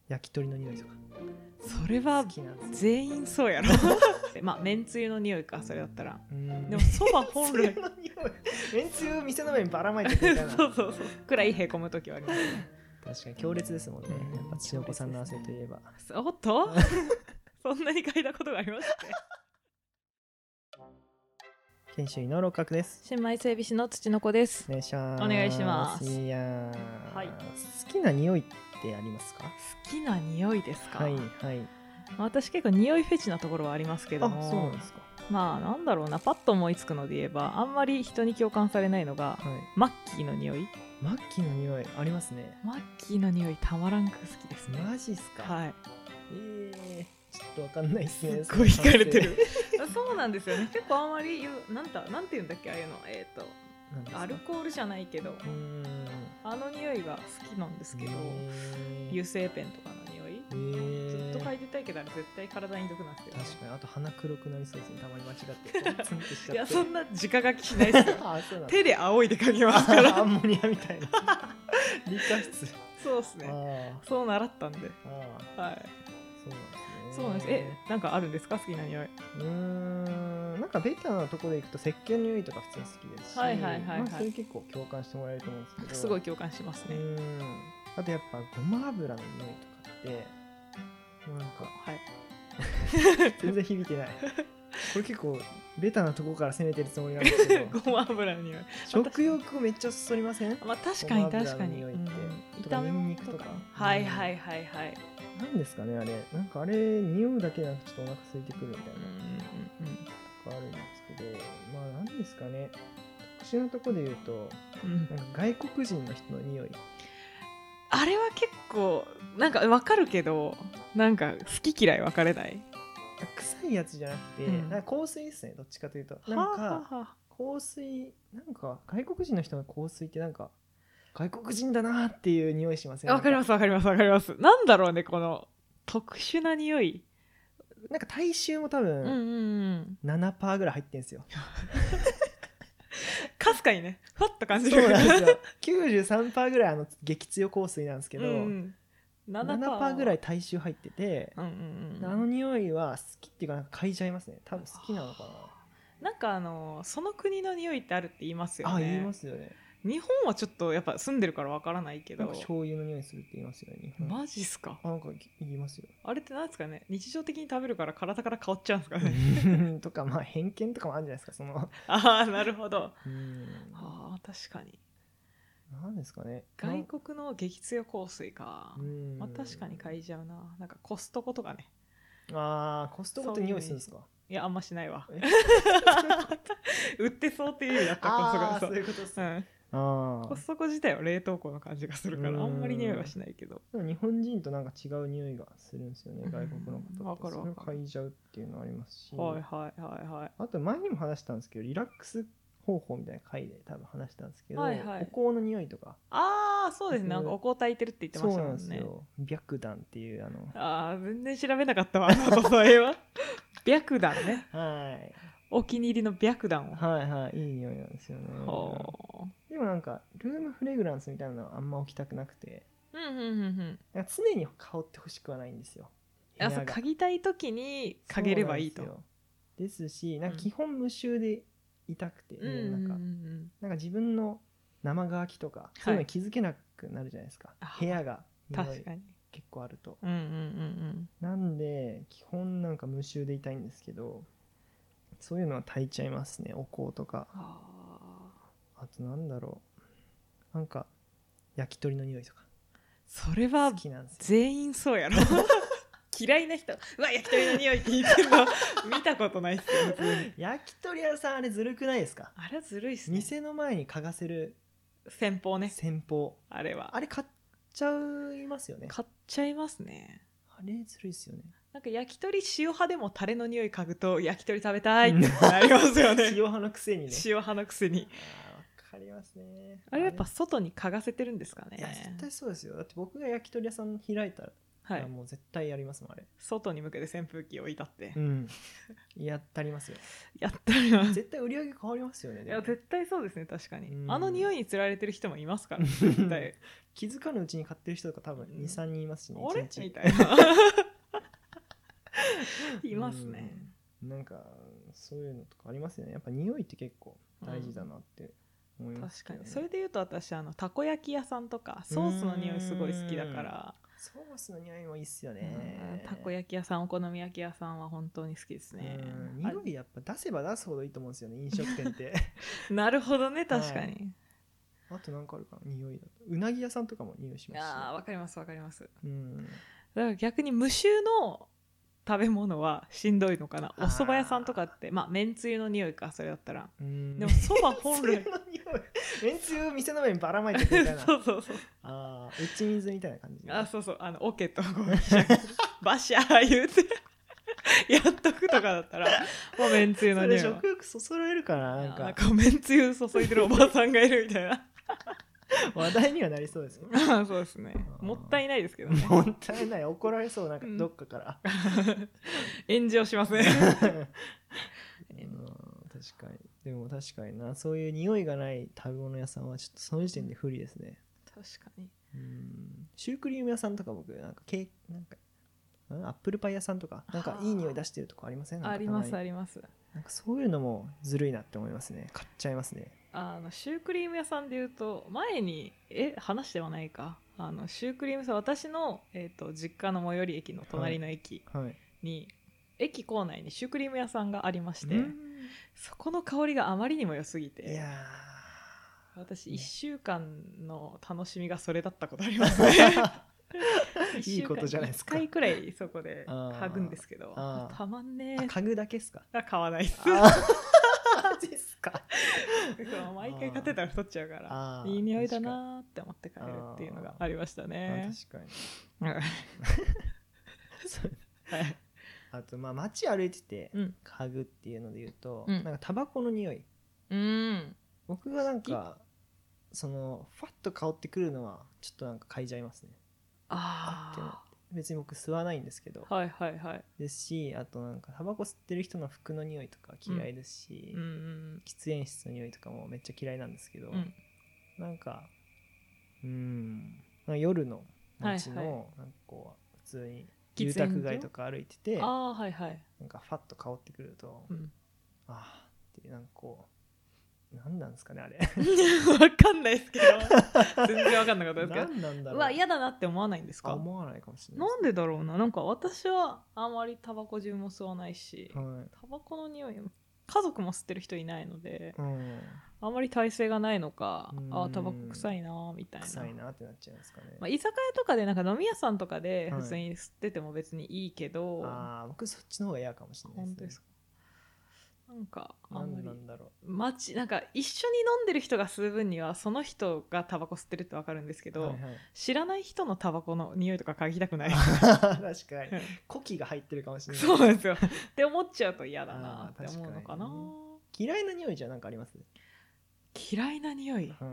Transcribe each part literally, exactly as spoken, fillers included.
焼き鳥の匂いとか。 それは好きなんですよ。 全員そうやろまあめんつゆの匂いか、それだったら。 うんでもそば本来めんつゆの匂いめんつゆ店の上にばらまいてくみたいなそうそうそうくらいへこむ時はありますね。 確かに強烈ですもんね。やっぱ千代子さんの汗といえば。 おっとそんなに嗅いだことがありますね。 研修医の六角です。 新米整備士の土の子です。 お願いします。 お願いします。 いやー、 はい、 好きな匂いってありますか？ 好きな匂いですか？ はいはい。 私結構匂いフェチなところはありますけども。 あ、そうなんですか。 まあなんだろうな、パッと思いつくので言えばあんまり人に共感されないのが、 はい、 マッキーの匂い。 マッキーの匂いありますね。 マッキーの匂いたまらんく好きですね。 マジっすか？ はい。 えー、ちょっとわかんないですね。 すっごい惹かれてるそうなんですよね。結構あんまり言う、なんだ、なんて言うんだっけ、ああいうの、えっ、ー、とアルコールじゃないけど、うーん、あの匂いが好きなんですけど、油性ペンとかの匂い、えー、ずっと嗅いでたいけどあれ絶対体に毒なんですよね。 確かに。あと鼻黒くなりそうですね、たまに間違ってツンとしちゃって。 いや、そんな直書きしないですよあ、そうなん手で仰いで嗅ぎますからアンモニアみたいな理科室。 そうですね。そう習ったんで。 あ、 はい、 そうなんですね。 そうなんです。え、なんかあるんですか、好きな匂い？ うーん、なんかベタなところでいくと石鹸の匂いとか普通に好きですし、 はいはいはいはい、 まあ、それ結構共感してもらえると思うんですけど、 すごい共感しますね。 うーん、あとやっぱごま油の匂いとかってもうなんか、 はい全然響いてない。これ結構ベタなところから攻めてるつもりなんですけどごま油の匂い、 食欲めっちゃそそりません？ まあ確かに確かに、 ごま油の匂いって、 うん、 とかニンニクとか、 はいはいはいはい、 なんですかねあれ、なんかあれ匂うだけでなんかちょっとお腹空いてくるみたいな、 うんうんうん、 とかあるんですけど、まあなんですかね、特殊なところで言うと、うん、なんか外国人の人の匂い、 あれは結構なんか分かるけど、なんか好き嫌い分かれない。 臭いやつじゃなくて、うん、なんか香水ですね、どっちかというと。なんか香水、なんか外国人の人の香水ってなんか外国人だなっていう匂いしません？ わかりますわかりますわかります。なんだろうね、この特殊な匂い。 なんか体臭も多分 ななパーセント ぐらい入ってんですよ。 かすかにね、ふわっと感じる。 そうなんですよ。きゅうじゅうさんパーセント ぐらいあの激強香水なんですけど、うん、ななパーセント ぐらい体臭入ってて、うんうんうん、あの匂いは好きっていうかなんか嗅いじゃいますね。多分好きなのかな。 なんかあのその国の匂いってあるって言いますよね。 あ、言いますよね。 日本はちょっとやっぱ住んでるからわからないけど、 なんか醤油の匂いするって言いますよね、日本。 マジっすか？ あ、なんか言いますよ。 あれってなんですかね、日常的に食べるから体から変わっちゃうんですかねとか、まあ偏見とかもあるんじゃないですか、そのああ、なるほど。うん、ああ、確かに。 なんですかね、 外国の激強香水か。まあ、確かに嗅いじゃうな。なんかコストコとかね。 ああ、コストコって匂いするんですか？ いや、あんましないわ売ってそうっていう意味だった。 ああ、そういうことっすね、 うん、あ、コストコ自体は冷凍庫の感じがするからあんまり匂いはしないけど、 でも日本人となんか違う匂いがするんですよね、外国の方って。それを嗅いじゃうっていうのありますし、 はいはいはいはい。 あと前にも話したんですけど、リラックス方法みたいな回で多分話したんですけど、 はいはい、 お香の匂いとか。 ああ、そうですね、なんかお香炊いてるって言ってましたもんね。そうなんですよ、 白檀っていうあの、 ああ、全然調べなかったわそれは白檀ね、 はい、お気に入りの白檀を、 はいはい、いい匂いなんですよね。でもなんかルームフレグランスみたいなのはあんま置きたくなくて、うんうんうんうん、なんか常に香ってほしくはないんですよ。 あ、そう、嗅ぎたい時に嗅げればいいと。 ですし、なんか基本無臭でいたくて、うん、なんか、うんうん、なんか自分の生乾きとか、はい、そういうのに気づけなくなるじゃないですか、部屋が確かに結構あると、 うんうんうんうん、 なんで基本なんか無臭でいたいんですけど、そういうのは炊いちゃいますね、お香とか。 あ, あとなんだろう、なんか焼き鳥の匂いとか。 それは全員そうやろ嫌いな人、うわ焼き鳥の匂いって言ってるの見たことないっすよ焼き鳥屋さんあれずるくないですか？ あれはずるいっすね。 店の前に嗅がせる戦法ね。 戦法、 あれはあれ買っちゃいますよね。 買っちゃいますね。 あれずるいっすよね。 なんか焼き鳥塩派でもタレの匂い嗅ぐと焼き鳥食べたいってなりますよね塩派のくせにね。 塩派のくせに。 ありますね。 あれやっぱ外に嗅がせてるんですかね。 いや絶対そうですよ。だって僕が焼き鳥屋さん開いたはい、 もう絶対やりますもんあれ。 外に向けて扇風機を置いたって、 うん、やったりますよ。 やったります。 絶対売り上げ変わりますよね。 いや絶対そうですね、確かに、 うん、 あの匂いにつられてる人もいますから絶対気づかぬうちに買ってる人とか多分 に,さん 人いますしね、 あれいちにちみたいないますね、 うん、なんかそういうのとかありますよね。やっぱ匂いって結構大事だなって思います、ね、 確かに。それでいうと私あのたこ焼き屋さんとかソースの匂いすごい好きだから、 ソースの匂いもいいっすよね。 たこ焼き屋さん、お好み焼き屋さんは本当に好きですね。 匂いやっぱ出せば出すほどいいと思うんですよね、飲食店ってなるほどね、確かに、はい、 あとなんかあるかな、匂いだとうなぎ屋さんとかも匂いしますし、ね、 ああわかりますわかります。 うん、 だから逆に無臭の食べ物はしんどいのかな。お蕎麦屋さんとかってまあめんつゆの匂いか、それだったら。うん、でも蕎麦本来めんつゆ店の上にばらまいてくみたいなそうそうそう、 ああ打ち水みたいな感じ、ね、 あそうそう、あのオケとバシャー言うてやっとくとかだったらもうめんつゆの匂い、 それ食欲そそられるかな、なんかなんかめんつゆ注いでるおばあさんがいるみたいな話題にはなりそうですよねそうですね、もったいないですけどね。 もったいない、怒られそう、なんかどっかから、 うん、炎上しますね確かに。でも確かにな、そういう匂いがない食べ物屋さんはちょっとその時点で不利ですね。 確かに。 うん、シュークリーム屋さんとか僕なんかケーなんかアップルパイ屋さんとかなんかいい匂い出してるとこありません？ ありますあります。 なんかそういうのもずるいなって思いますね。買っちゃいますね。 あのシュークリーム屋さんでいうと前にえ話してはないか、あのシュークリーム屋さん、私の、えーと、実家の最寄り駅の隣の駅に、はいはい、駅構内にシュークリーム屋さんがありまして、そこの香りがあまりにも良すぎて、いや私いっしゅうかんの楽しみがそれだったことありますねいいことじゃないですか。 いっかいくらいそこで嗅ぐんですけど、たまんねえ。 嗅ぐだけですか？ 嗅わないっすマジっすか？ 毎回買ってたら太っちゃうからいい匂いだなって思って帰るっていうのがありましたね。 確かにはい、あとまあ街歩いてて嗅ぐっていうので言うと、うん、なんかタバコの匂い、うん、僕がなんかそのファッと香ってくるのはちょっとなんか嗅いじゃいますね。ああ別に僕吸わないんですけど、 はいはいはい、 ですし、あとなんかタバコ吸ってる人の服の匂いとか嫌いですし、うんうんうん、喫煙室の匂いとかもめっちゃ嫌いなんですけど、うん、なんかうーん夜の街のなんかこう普通に住宅街とか歩いてて、 あ、はいはい、 なんかファッと香ってくると、うん、あーってなんかこう何なんですかねあれ分かんないですけど全然分かんなかったですけど何なんだろう、 うわ嫌だなって思わないんですか？ 思わないかもしれない。 なんでだろうな。なんか私はあんまりタバコ中も吸わないし、はい、タバコの匂い家族も吸ってる人いないので、うん、あんまり耐性がないのか、あタバコ臭いなみたいな、 臭いなってなっちゃいますかね。 まあ、居酒屋とかでなんか飲み屋さんとかで普通に吸ってても別にいいけど、 はい、あ僕そっちの方が嫌かもしれないですね。 本当ですか？なんかあんまりなんだろう、 街なんか一緒に飲んでる人が吸う分にはその人がタバコ吸ってるって分かるんですけど、はいはい、知らない人のタバコの匂いとか嗅ぎたくない確かに呼気が入ってるかもしれないそうなんですよって思っちゃうと嫌だなって思うのかな。 嫌いな匂いじゃなんかあります？ 嫌いな匂い、はい、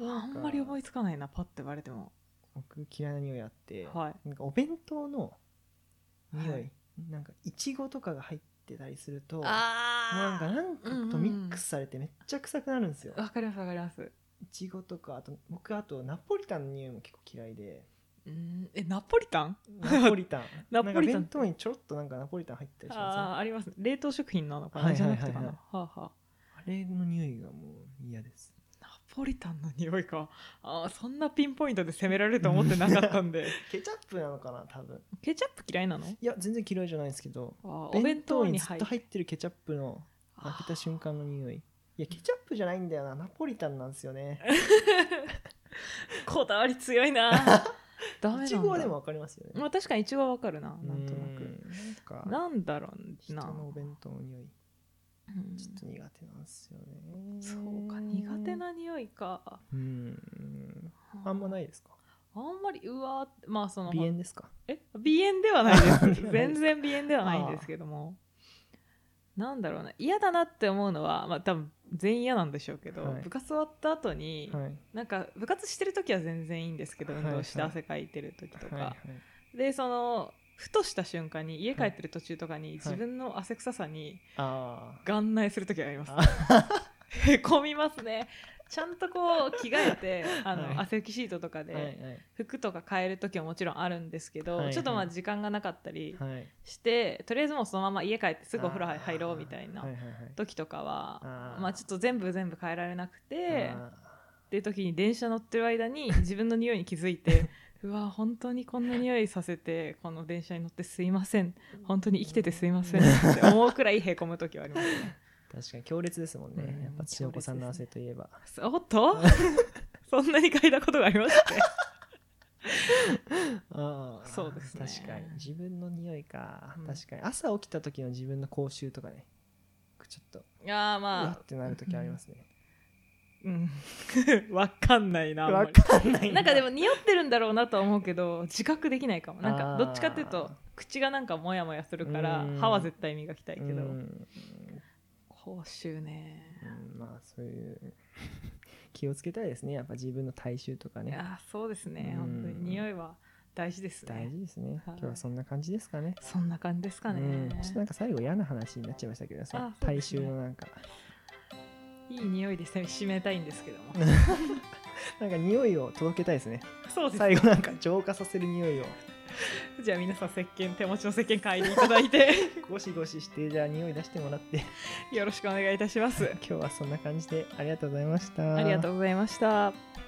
あんまり思いつかないな、パッて言われても。 僕嫌いな匂いあって、はい、なんかお弁当の匂い、はい、なんかいちごとかが入っててたりするとなんかなんかとミックスされてめっちゃ臭くなるんですよ。 わ、うんうん、かりますわかります。 いちごとかあと僕あとナポリタンの匂いも結構嫌いで。 うんえナポリタンナポリタンナポリタン弁当にちょろっとなんかナポリタン入ったりします。 ああります。冷凍食品なのかな、はいはいはいはい、じゃなくてかな、はあはあ、 あれの匂いがもう嫌です。 ナポリタンの匂いか。あそんなピンポイントで攻められると思ってなかったんでケチャップなのかな多分。 ケチャップ嫌いなの？ いや全然嫌いじゃないですけど、あお弁当にずっと入ってるケチャップの開けた瞬間の匂い。いやケチャップじゃないんだよな、ナポリタンなんですよねこだわり強いなダメなんだ。いちごはでも分かりますよね。 まあ確かにいちごは分かるな、なんとなく。なんかなんだろうな、 人のお弁当の匂いちょっと苦手なんですよね。 そうか、苦手な匂いか。うんあんまないですか？ あんまりうわまあその鼻炎ですか？ え鼻炎ではないです全然鼻炎ではないんですけどもなんだろうな、嫌だなって思うのはまあ多分全員嫌なんでしょうけど、はい、部活終わった後に、はい、なんか部活してる時は全然いいんですけど、運動して汗かいてる時とか、はいはい、 でそのふとした瞬間に家帰ってる途中とかに自分の汗臭さに眼内する時があります、ね、へこみますね。ちゃんとこう着替えてあの、はい、汗拭きシートとかで服とか変える時はもちろんあるんですけど、はいはい、ちょっとまあ時間がなかったりして、はい、とりあえずもうそのまま家帰ってすぐお風呂入ろうみたいな時とかは、あ、まあ、ちょっと全部全部変えられなくてっていう時に電車乗ってる間に自分の匂いに気づいてうわ本当にこんな匂いさせてこの電車に乗ってすいません、本当に生きててすいませんって思うくらいへこむ時はありますね。 確かに強烈ですもんね、うん、やっぱ千代子さんの汗といえば、 ね、おっとそんなに嗅いだことがありますねああそうですね、 確かに自分の匂いか、うん、確かに朝起きた時の自分の口臭とかね、ちょっといやまあうわってなる時ありますね。 うんわかんないな、 わかんないな。 なんかでも匂ってるんだろうなとは思うけど自覚できないかも。なんかどっちかっていうと口がなんかモヤモヤするから歯は絶対磨きたいけど、口臭ね、 うん、まあそういう気をつけたいですね、やっぱ自分の体臭とかね。 あ、そうですね、本当に匂いは大事ですね。 大事ですね、はい、今日はそんな感じですかね。 そんな感じですかね、うん、 ちょっとなんか最後嫌な話になっちゃいましたけどさ、体臭のなんかいい匂いで締めたいんですけどもなんか匂いを届けたいですね。 そうですね、 最後なんか浄化させる匂いをじゃあ皆さん石鹸、手持ちの石鹸買いにいただいてゴシゴシしてじゃあ匂い出してもらってよろしくお願いいたします。 今日はそんな感じでありがとうございました。 ありがとうございました。